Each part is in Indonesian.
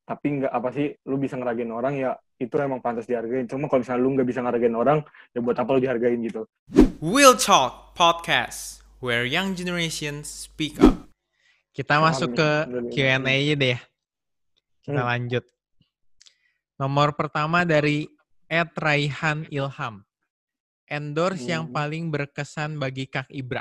tapi nggak apa sih, lu bisa ngeragain orang ya itu emang pantas dihargain. Cuma kalau misalnya lu nggak bisa ngeragain orang, ya buat apa lu dihargain gitu. Will Talk Podcast, where young generations speak up. Kita masuk ke Q&A aja deh. Kita lanjut. Nomor pertama dari @Raihan Ilham. Endorse yang paling berkesan bagi Kak Ibra.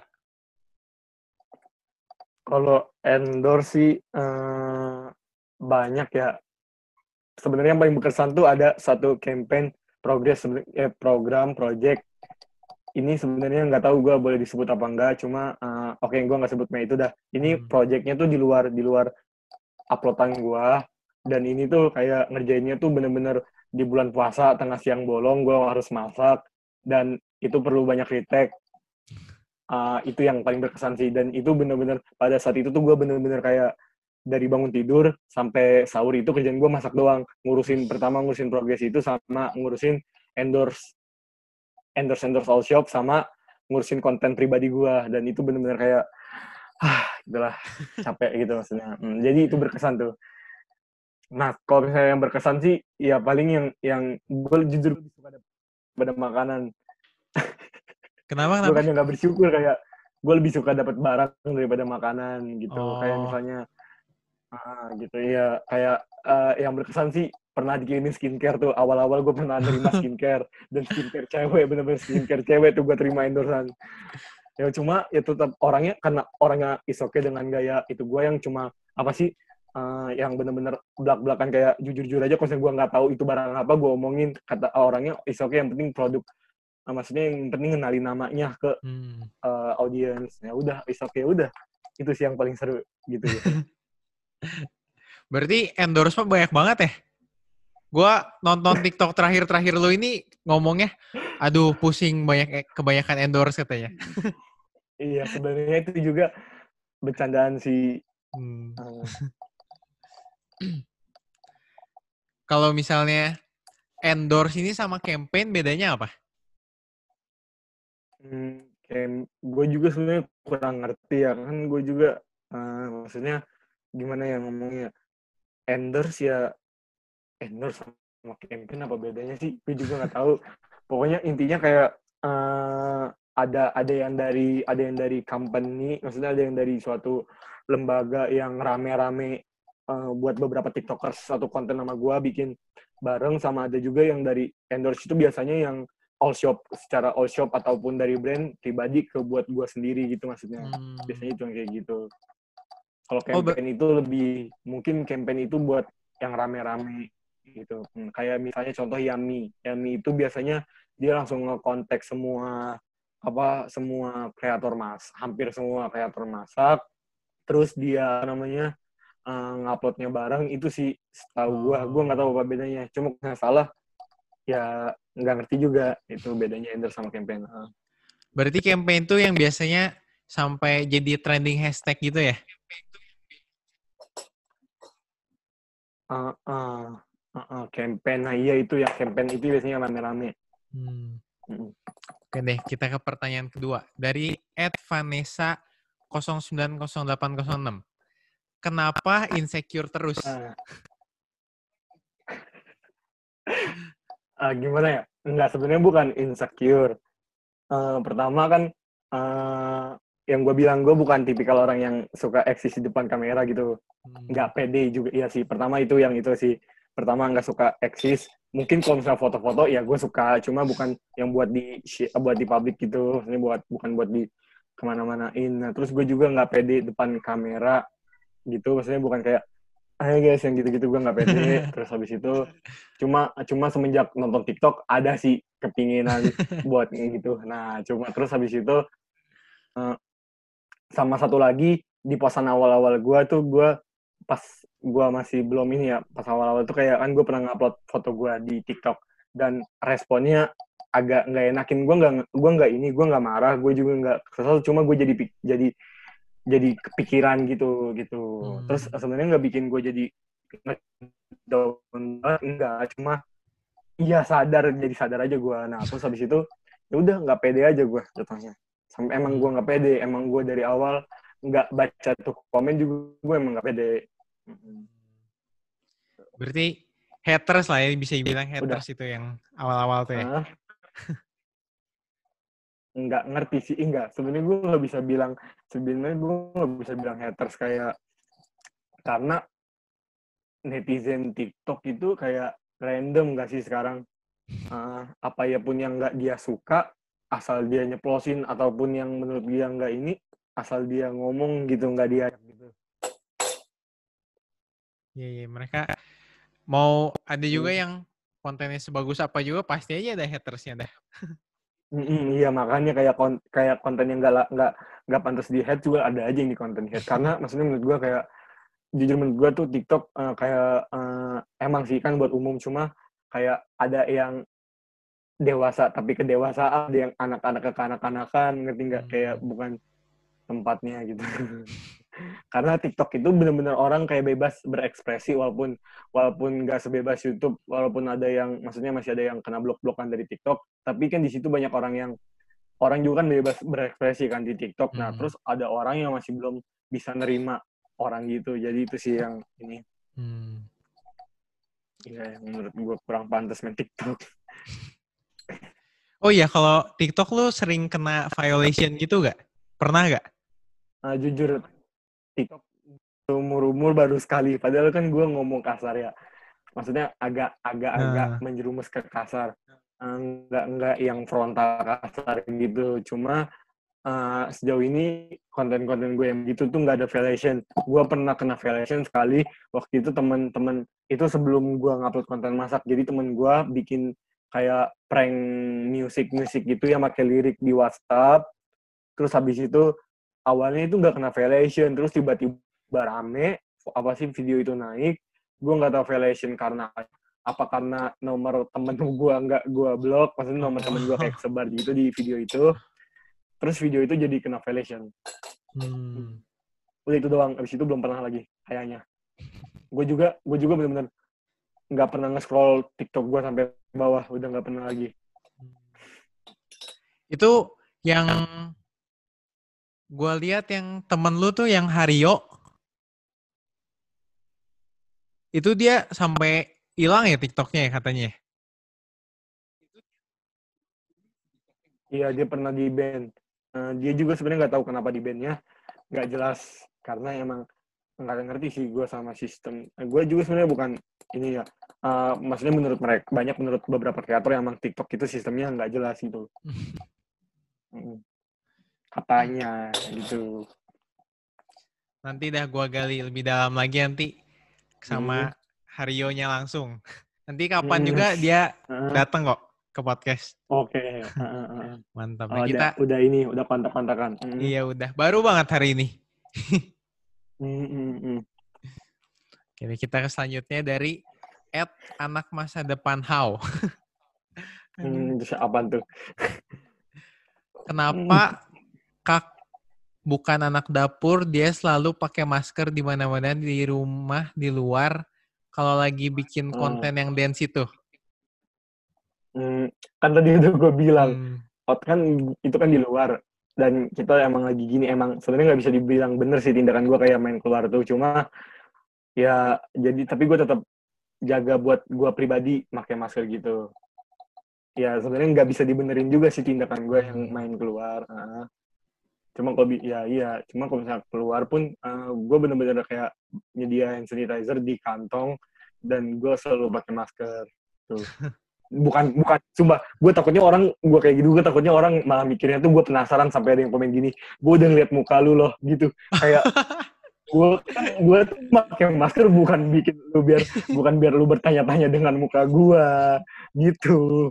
Kalau endorse sih banyak ya. Sebenarnya yang paling berkesan tuh ada satu campaign program project. Ini sebenarnya nggak tahu gue boleh disebut apa enggak, cuma oke, gue nggak sebutnya itu dah. Ini projectnya tuh di luar uploadan gue, dan ini tuh kayak ngerjainnya tuh bener-bener di bulan puasa, tengah siang bolong, gue harus masak, dan itu perlu banyak retake. Itu yang paling berkesan sih, dan itu bener-bener pada saat itu tuh gue bener-bener kayak dari bangun tidur sampai sahur itu kerjaan gue masak doang, ngurusin progres itu sama ngurusin endorse all shop sama ngurusin konten pribadi gue, dan itu bener-bener kayak gitulah, capek gitu maksudnya. Jadi itu berkesan tuh. Nah, kalau misalnya yang berkesan sih ya paling yang gue jujur pada makanan. Kenapa? Gue kan yang nggak bersyukur, kayak gue lebih suka dapat barang daripada makanan gitu. Kayak misalnya gitu ya, kayak yang berkesan sih pernah dikirimin skincare tuh. Awal-awal gue pernah nerima skincare, dan skincare cewek, bener-bener skincare cewek tuh gue terima endorsan. Ya cuma ya tetap orangnya, karena orangnya is okay dengan gaya itu gue yang cuma apa sih, yang bener-bener belak-belakan, kayak jujur-jujur aja kalau gue nggak tahu itu barang apa, gue omongin, kata orangnya is okay, yang penting produk, maksudnya yang penting ngenalin namanya ke audiens. Ya udah, is okay, udah itu sih yang paling seru gitu. Berarti endorse banyak banget ya? Gue nonton TikTok terakhir lu ini ngomongnya, aduh pusing, kebanyakan endorse katanya. Iya, sebenarnya itu juga bercandaan sih. Kalau misalnya endorse ini sama campaign bedanya apa? Gue juga sebenarnya kurang ngerti ya, kan gue juga maksudnya gimana ya ngomongnya, endorse sama campaign apa bedanya sih, gue juga nggak tahu. Pokoknya intinya kayak ada yang dari company, maksudnya ada yang dari suatu lembaga yang rame-rame buat beberapa tiktokers satu konten sama gue bikin bareng, sama ada juga yang dari endorse itu biasanya yang secara all shop ataupun dari brand pribadi ke buat gue sendiri gitu maksudnya. Biasanya itu yang kayak gitu. Kalau campaign itu lebih, mungkin campaign itu buat yang rame-rame gitu. Kayak misalnya contoh Yummy itu biasanya dia langsung ngekontak semua hampir semua kreator masak, terus dia namanya nguploadnya bareng. Itu sih setahu gue nggak tahu apa bedanya, cuma nggak salah ya, nggak ngerti juga itu bedanya endorse sama campaign. Berarti campaign tuh yang biasanya sampai jadi trending hashtag gitu ya? Campaign, nah iya, itu ya, campaign itu biasanya rame-rame. Oke deh, kita ke pertanyaan kedua. Dari @vanessa 090806. Kenapa insecure terus? Gimana ya? Enggak, sebenarnya bukan insecure. Pertama kan, yang gue bilang, gue bukan tipikal orang yang suka eksis di depan kamera gitu. Nggak pede juga, iya sih. Pertama itu sih. Pertama nggak suka eksis. Mungkin kalau misalnya foto-foto ya gue suka, cuma bukan yang buat di publik gitu. Ini bukan buat di kemana-manain. Nah, terus gue juga nggak pede depan kamera gitu. Maksudnya bukan kayak, ayo guys, yang gitu-gitu gue nggak pede. Terus habis itu cuma semenjak nonton TikTok ada sih kepinginan buat gitu. Nah, terus habis itu sama satu lagi, di posan awal-awal gue tuh, pas gue masih belum ini ya, pas awal-awal tuh kayak kan gue pernah ngupload foto gue di TikTok, dan responnya agak nggak enakin. Gue nggak marah, gue juga nggak kesel, cuma gue jadi kepikiran gitu. Terus sebenarnya nggak bikin gue jadi down banget, enggak, cuma iya jadi sadar aja gue. Nah, terus habis itu ya udah, nggak pede aja gue jatuhnya. Sampai emang gue nggak pede, emang gue dari awal nggak baca tuh komen juga, gue emang nggak pede. Berarti haters lah ya, bisa dibilang haters Udah. itu yang awal-awal tuh ya. Nggak ngerti sih, enggak. Sebenarnya gue nggak bisa bilang haters kayak, karena netizen TikTok itu kayak random gak sih sekarang. Apa ya pun yang nggak dia suka, asal dia nyeplosin, ataupun yang menurut dia nggak ini, asal dia ngomong gitu, nggak dia gitu. Iya, mereka mau ada juga yang kontennya sebagus apa juga pasti aja ada hatersnya dah. Iya, makanya kayak konten yang nggak pantas di head juga ada aja yang di konten head. Karena maksudnya menurut gue kayak, jujur menurut gue tuh TikTok emang sih kan buat umum, cuma kayak ada yang dewasa tapi kedewasaan, ada yang anak-anak ke kanak-kanakan, ngerti nggak, kayak bukan tempatnya gitu. Karena TikTok itu benar-benar orang kayak bebas berekspresi, walaupun nggak sebebas YouTube, walaupun ada yang maksudnya masih ada yang kena blok-blokan dari TikTok, tapi kan di situ banyak orang juga kan bebas berekspresi kan di TikTok. Nah, terus ada orang yang masih belum bisa nerima orang gitu. Jadi itu sih yang ini. Iya, yang menurut gue kurang pantas main TikTok. Oh iya, kalau TikTok lu sering kena violation gitu gak? Pernah gak? Jujur, TikTok umur baru sekali. Padahal kan gue ngomong kasar ya. Maksudnya agak menjerumus ke kasar. Enggak yang frontal kasar gitu. Cuma sejauh ini konten-konten gue yang gitu tuh nggak ada violation. Gue pernah kena violation sekali. Waktu itu temen-temen itu sebelum gue ngupload konten masak. Jadi temen gue bikin kayak prank musik gitu yang pakai lirik di WhatsApp. Terus habis itu awalnya itu nggak kena violation. Terus tiba-tiba rame, apa sih video itu naik. Gue nggak tahu violation karena apa, karena nomor temen gue nggak gue blok. Maksudnya nomor temen gue kayak kesebar gitu di video itu. Terus video itu jadi kena violation. Udah itu doang. Abis itu belum pernah lagi kayaknya. Gue juga benar-benar nggak pernah nge-scroll TikTok gue sampai bawah. Udah nggak pernah lagi. Itu yang gue lihat yang temen lu tuh yang Hario. Itu dia sampai hilang ya TikToknya ya katanya. Iya, dia pernah di ban. Dia juga sebenarnya nggak tahu kenapa di ban-nya. Nggak jelas. Karena emang nggak ngerti sih gue sama sistem. Gue juga sebenarnya bukan ini ya. Maksudnya menurut beberapa kreator yang emang TikTok itu sistemnya nggak jelas gitu. Katanya gitu. Nanti dah gue gali lebih dalam lagi nanti sama Harionya langsung. Nanti kapan juga dia datang kok ke podcast. Oke. Mantap. Oh, udah kontak-kontakan. Iya udah. Baru banget hari ini. Oke, kita ke selanjutnya dari @anak masa depan how. Apa tuh? Kenapa Kak bukan anak dapur, dia selalu pakai masker di mana-mana, di rumah, di luar, kalau lagi bikin konten yang dance itu? Kan tadi itu gue bilang, kan itu kan di luar, dan kita emang lagi gini, emang sebenarnya nggak bisa dibilang bener sih tindakan gue kayak main keluar tuh, cuma ya jadi, tapi gue tetap jaga buat gue pribadi pakai masker gitu. Ya sebenarnya nggak bisa dibenerin juga sih tindakan gue yang main keluar. Cuma kalau cuma kalau misalnya keluar pun gue bener-bener kayak nyedia hand sanitizer di kantong, dan gue selalu pakai masker tuh. bukan sumpah, gue kayak gitu, gue takutnya orang malah mikirnya tuh gue penasaran sampai ada yang komen gini, gue udah ngeliat muka lu loh gitu, kayak gue tuh pakai masker bukan biar lu bertanya-tanya dengan muka gue gitu.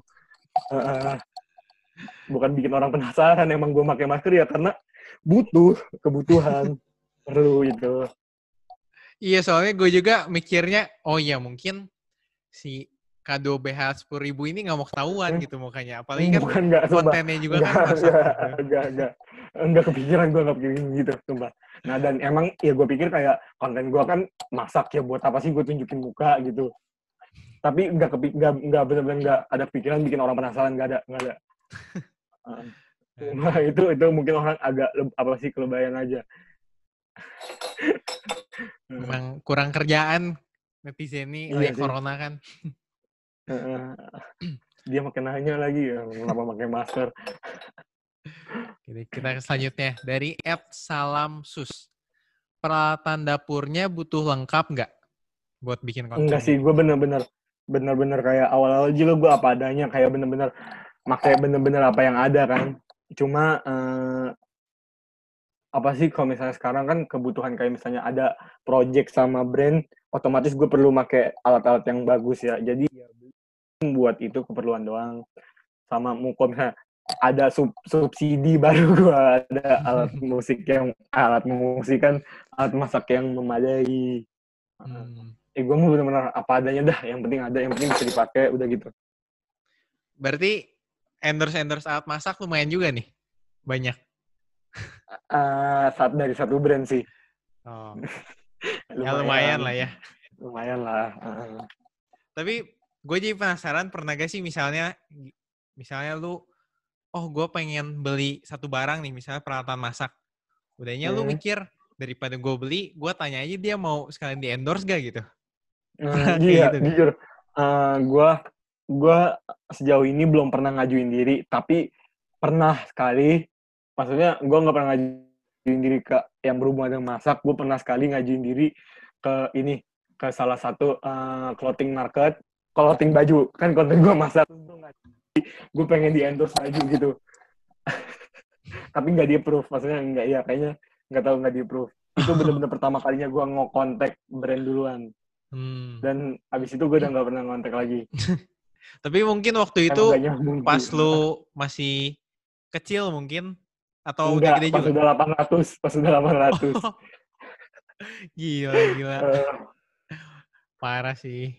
Bukan bikin orang penasaran, emang gue pakai masker ya karena kebutuhan perlu itu. Iya, soalnya gue juga mikirnya, oh iya mungkin si kado BH 10.000 ini nggak mau ketahuan gitu mukanya. Apalagi kan kontennya juga kan masak gitu. Enggak kepikiran, gue nggak pikirin gitu, sumpah. Nah, dan emang ya gue pikir kayak konten gue kan masak ya, buat apa sih gue tunjukin muka gitu. Tapi nggak benar-benar nggak ada pikiran bikin orang penasaran, nggak ada. Nah, itu mungkin orang agak kelebayang aja. Memang kurang kerjaan Netizen ini Iya lagi sih. corona kan. Dia makin nanya lagi, kenapa pakai masker. Jadi kita ke selanjutnya. Dari @salamsus. Peralatan dapurnya butuh lengkap nggak buat bikin Enggak konten sih, ini? gue bener-bener kayak awal-awal juga gue apa adanya, kayak bener-bener pakai bener-bener apa yang ada kan. Cuma apa sih kalau misalnya sekarang kan kebutuhan kayak misalnya ada project sama brand, otomatis gue perlu pakai alat-alat yang bagus ya. Jadi buat itu keperluan doang. Sama kalau misalnya ada subsidi baru gue ada alat musik kan, alat masak yang memadai. Gue mau bener-bener apa adanya dah, yang penting ada, yang penting bisa dipakai, udah gitu. Berarti endorse alat masak lumayan juga nih? Banyak? Dari satu brand sih. Oh. Ya lumayan lah ya. Lumayan lah. Tapi gue jadi penasaran, pernah gak sih misalnya lu, oh gue pengen beli satu barang nih, misalnya peralatan masak. Udahnya lu mikir, daripada gue beli, gue tanya aja dia mau sekalian di endorse gak gitu? Iya, gitu jujur. Gue sejauh ini belum pernah ngajuin diri, tapi pernah sekali, maksudnya gue nggak pernah ngajuin diri ke yang berhubungan dengan masak, gue pernah sekali ngajuin diri ke salah satu clothing market, clothing baju, kan konten gue masak, gue pengen di endorse baju gitu. Tapi nggak di approve, maksudnya nggak, ya kayaknya nggak tahu, nggak di approve. Itu bener-bener pertama kalinya gue ngontek brand duluan. Dan abis itu gue udah nggak pernah ngontek lagi. Tapi mungkin waktu itu pas lu masih kecil mungkin, atau udah gede juga? Pas udah 800. Oh. Gila. Parah sih.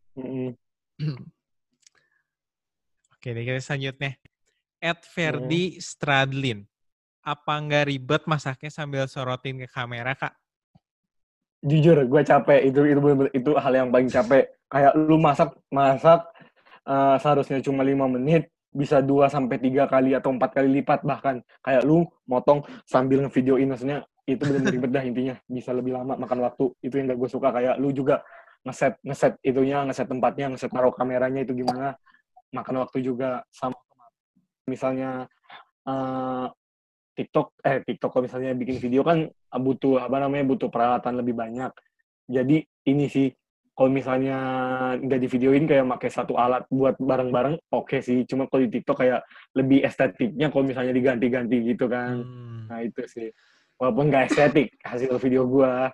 Oke, kita selanjutnya. @Ferdi Stradlin. Apa nggak ribet masaknya sambil sorotin ke kamera, Kak? Jujur, gue capek. Itu hal yang paling capek. Kayak lu masak seharusnya cuma 5 menit, bisa 2-3 kali atau 4 kali lipat bahkan. Kayak lu motong sambil ngevideoin, maksudnya itu bener-bener ribet dah intinya. Bisa lebih lama makan waktu. Itu yang gak gue suka. Kayak lu juga ngeset itunya, ngeset tempatnya, ngeset naruh kameranya itu gimana. Makan waktu juga. Sama misalnya TikTok kalau misalnya bikin video kan butuh peralatan lebih banyak. Jadi ini sih, kalau misalnya nggak di videoin kayak pakai satu alat buat bareng-bareng, oke sih. Cuma kalau di TikTok kayak lebih estetiknya kalau misalnya diganti-ganti gitu kan. Nah itu sih. Walaupun nggak estetik hasil video gua.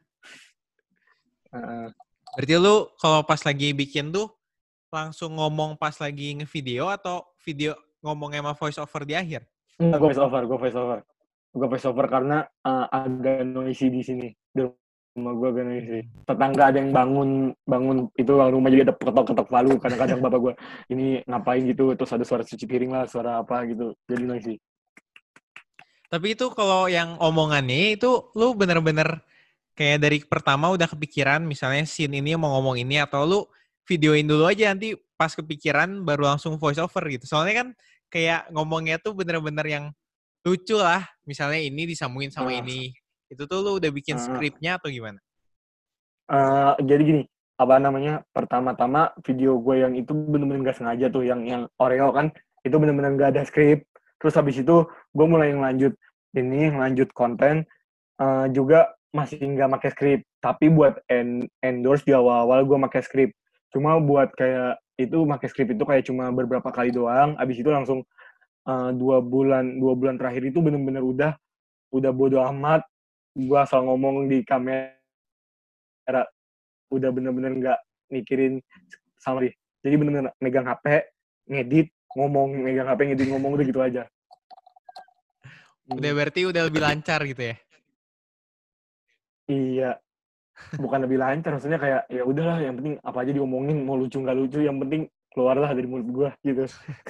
Berarti lu kalau pas lagi bikin tuh langsung ngomong pas lagi ngevideo atau video ngomong sama voice over di akhir? Gue voice over karena agak noisy di sini. Di rumah gue agak noisy. Tetangga ada yang bangun itu rumah jadi ada ketok-ketok palu. Kadang-kadang bapak gue ini ngapain gitu, terus ada suara cuci piring lah, suara apa gitu. Jadi noisy. Tapi itu kalau yang omongannya itu lu bener-bener kayak dari pertama udah kepikiran misalnya scene ini mau ngomong ini, atau lu videoin dulu aja nanti pas kepikiran baru langsung voice over gitu. Soalnya kan kayak ngomongnya tuh bener-bener yang lucu lah. Misalnya ini disambungin sama ini. Itu tuh lu udah bikin skripnya atau gimana? Jadi gini, pertama-tama video gue yang itu bener-bener gak sengaja tuh, yang Oreo kan, itu bener-bener gak ada skrip. Terus habis itu gue mulai ngelanjut konten, juga masih nggak pakai skrip, tapi buat endorse di awal-awal gue pakai skrip. Cuma buat kayak itu pakai skrip itu kayak cuma beberapa kali doang. Abis itu langsung 2 bulan terakhir itu bener-bener udah bodo amat. Gue asal ngomong di kamera, udah bener-bener nggak mikirin sama dia. Jadi bener-bener megang HP, ngedit, megang HP, ngedit, ngomong, udah gitu aja. Udah berarti udah lebih lancar gitu ya? Iya, bukan lebih lancar, maksudnya kayak ya udahlah, yang penting apa aja diomongin, mau lucu nggak lucu, yang penting keluarlah dari mulut gue gitu.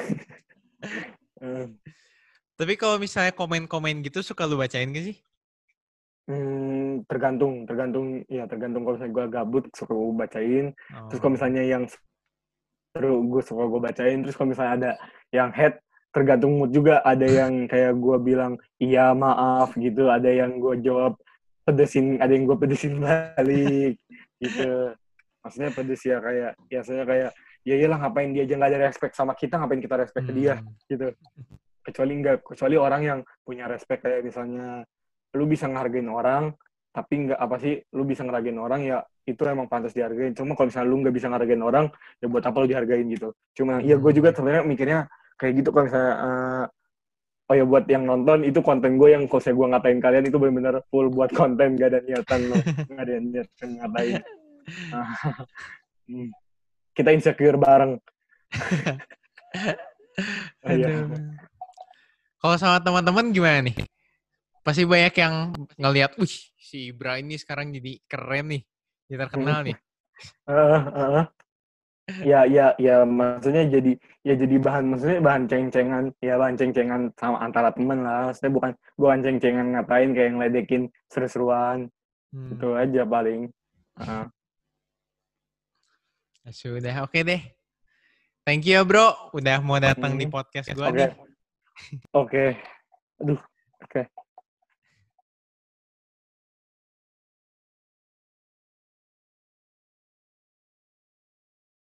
Tapi kalau misalnya komen-komen gitu suka lu bacain gak sih? Tergantung kalau misalnya gue gabut suka gue bacain. Terus kalau misalnya yang seru gue suka gue bacain. Terus kalau misalnya ada yang head, tergantung mood juga. Ada yang kayak gue bilang iya maaf gitu, ada yang gue jawab ada yang gue pedesin balik gitu. Maksudnya pedes ya kayak, biasanya kayak, ya iyalah ngapain dia aja nggak ada respect sama kita, ngapain kita respect ke dia, gitu. Kecuali orang yang punya respect kayak misalnya, lu bisa ngehargain orang, tapi nggak apa sih, lu bisa ngehargain orang ya, itu emang pantas dihargain. Cuma kalau misalnya lu nggak bisa ngehargain orang, ya buat apa lu dihargain gitu. Cuma, ya gue juga sebenarnya mikirnya kayak gitu kalau misalnya, oh ya buat yang nonton, itu konten gue yang kalau saya gue ngatain kalian, itu benar-benar full buat konten, gak ada niatan lo, gak ada niatan ngatain. Kita insecure bareng. Aduh. Kalau sama teman-teman gimana nih? Pasti banyak yang ngelihat, wih si Ibra ini sekarang jadi keren nih, jadi terkenal nih. Ya, maksudnya jadi bahan ceng-cengan sama antara temen lah. Maksudnya bukan ceng-cengan ngatain kayak ngeledekin seru-seruan. Itu aja paling. Sudah, oke deh. Thank you ya bro, udah mau datang di podcast gue nih. Oke. Aduh, oke.